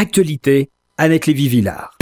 Actualité, Annette Lévy-Villard.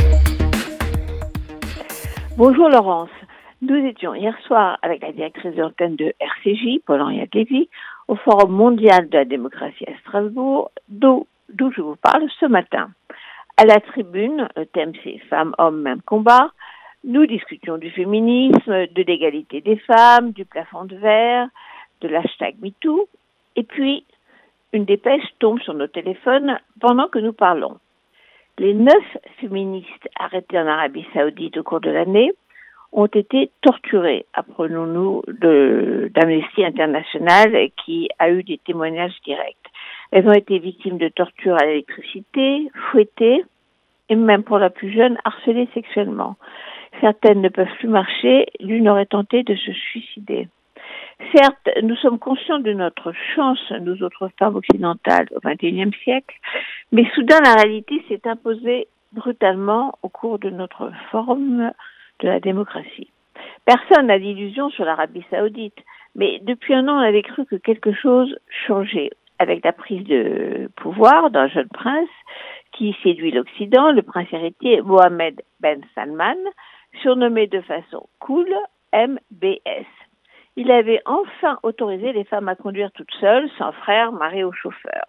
Bonjour Laurence. Nous étions hier soir avec la directrice d'antenne de RCJ, Paul-Henriette Lévy, au Forum mondial de la démocratie à Strasbourg, d'où je vous parle ce matin. À la tribune, le thème c'est Femmes, Hommes, même combat. Nous discutions du féminisme, de l'égalité des femmes, du plafond de verre, de l'hashtag MeToo. Et puis, une dépêche tombe sur nos téléphones pendant que nous parlons. Les 9 féministes arrêtés en Arabie Saoudite au cours de l'année ont été torturées, apprenons-nous d'Amnesty International qui a eu des témoignages directs. Elles ont été victimes de tortures à l'électricité, fouettées et même pour la plus jeune, harcelées sexuellement. Certaines ne peuvent plus marcher, l'une aurait tenté de se suicider. Certes, nous sommes conscients de notre chance, nous autres femmes occidentales au XXIe siècle, mais soudain la réalité s'est imposée brutalement au cours de notre forum de la démocratie. Personne n'a d'illusion sur l'Arabie Saoudite, mais depuis un an on avait cru que quelque chose changeait avec la prise de pouvoir d'un jeune prince qui séduit l'Occident, le prince héritier Mohammed Ben Salman, surnommé de façon cool MBS. Il avait enfin autorisé les femmes à conduire toutes seules, sans frère, mari ou chauffeur.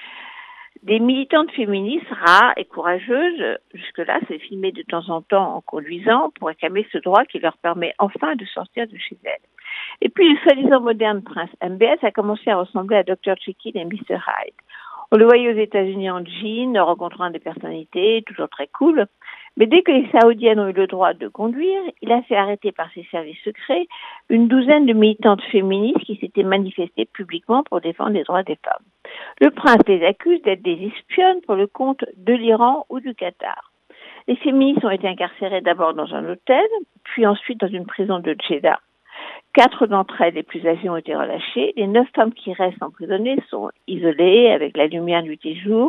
Des militantes féministes rares et courageuses, jusque-là, s'est filmées de temps en temps en conduisant pour réclamer ce droit qui leur permet enfin de sortir de chez elles. Et puis, le soi-disant moderne prince MBS a commencé à ressembler à Dr. Jekyll et Mr. Hyde. On le voyait aux États-Unis en jean, rencontrant des personnalités, toujours très cool. Mais dès que les Saoudiennes ont eu le droit de conduire, il a fait arrêter par ses services secrets une douzaine de militantes féministes qui s'étaient manifestées publiquement pour défendre les droits des femmes. Le prince les accuse d'être des espionnes pour le compte de l'Iran ou du Qatar. Les féministes ont été incarcérées d'abord dans un hôtel, puis ensuite dans une prison de Jeddah. 4 d'entre elles, les plus âgées, ont été relâchées. Les 9 femmes qui restent emprisonnées sont isolées avec la lumière nuit et jour,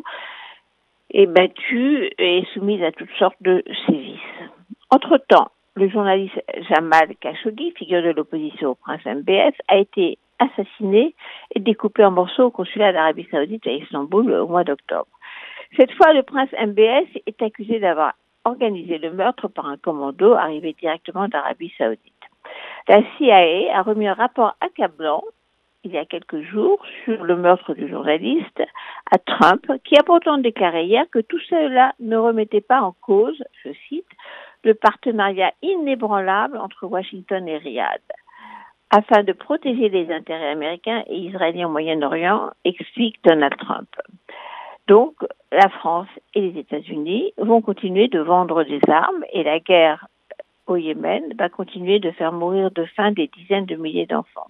et battues et soumises à toutes sortes de sévices. Entre-temps, le journaliste Jamal Khashoggi, figure de l'opposition au prince MBS, a été assassiné et découpé en morceaux au consulat d'Arabie Saoudite à Istanbul au mois d'octobre. Cette fois, le prince MBS est accusé d'avoir organisé le meurtre par un commando arrivé directement d'Arabie Saoudite. La CIA a remis un rapport accablant il y a quelques jours sur le meurtre du journaliste à Trump, qui a pourtant déclaré hier que tout cela ne remettait pas en cause, je cite, le partenariat inébranlable entre Washington et Riyad, afin de protéger les intérêts américains et israéliens au Moyen-Orient, explique Donald Trump. Donc, la France et les États-Unis vont continuer de vendre des armes et la guerre au Yémen va continuer de faire mourir de faim des dizaines de milliers d'enfants.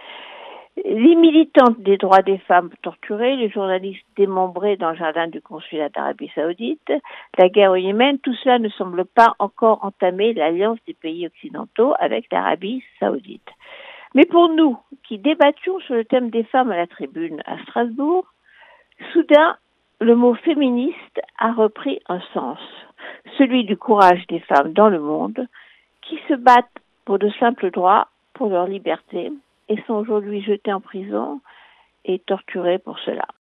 Les militantes des droits des femmes torturées, les journalistes démembrés dans le jardin du consulat d'Arabie Saoudite, la guerre au Yémen, tout cela ne semble pas encore entamer l'alliance des pays occidentaux avec l'Arabie Saoudite. Mais pour nous, qui débattions sur le thème des femmes à la tribune à Strasbourg, soudain, le mot féministe a repris un sens, celui du courage des femmes dans le monde qui se battent pour de simples droits, pour leur liberté, et sont aujourd'hui jetées en prison et torturées pour cela.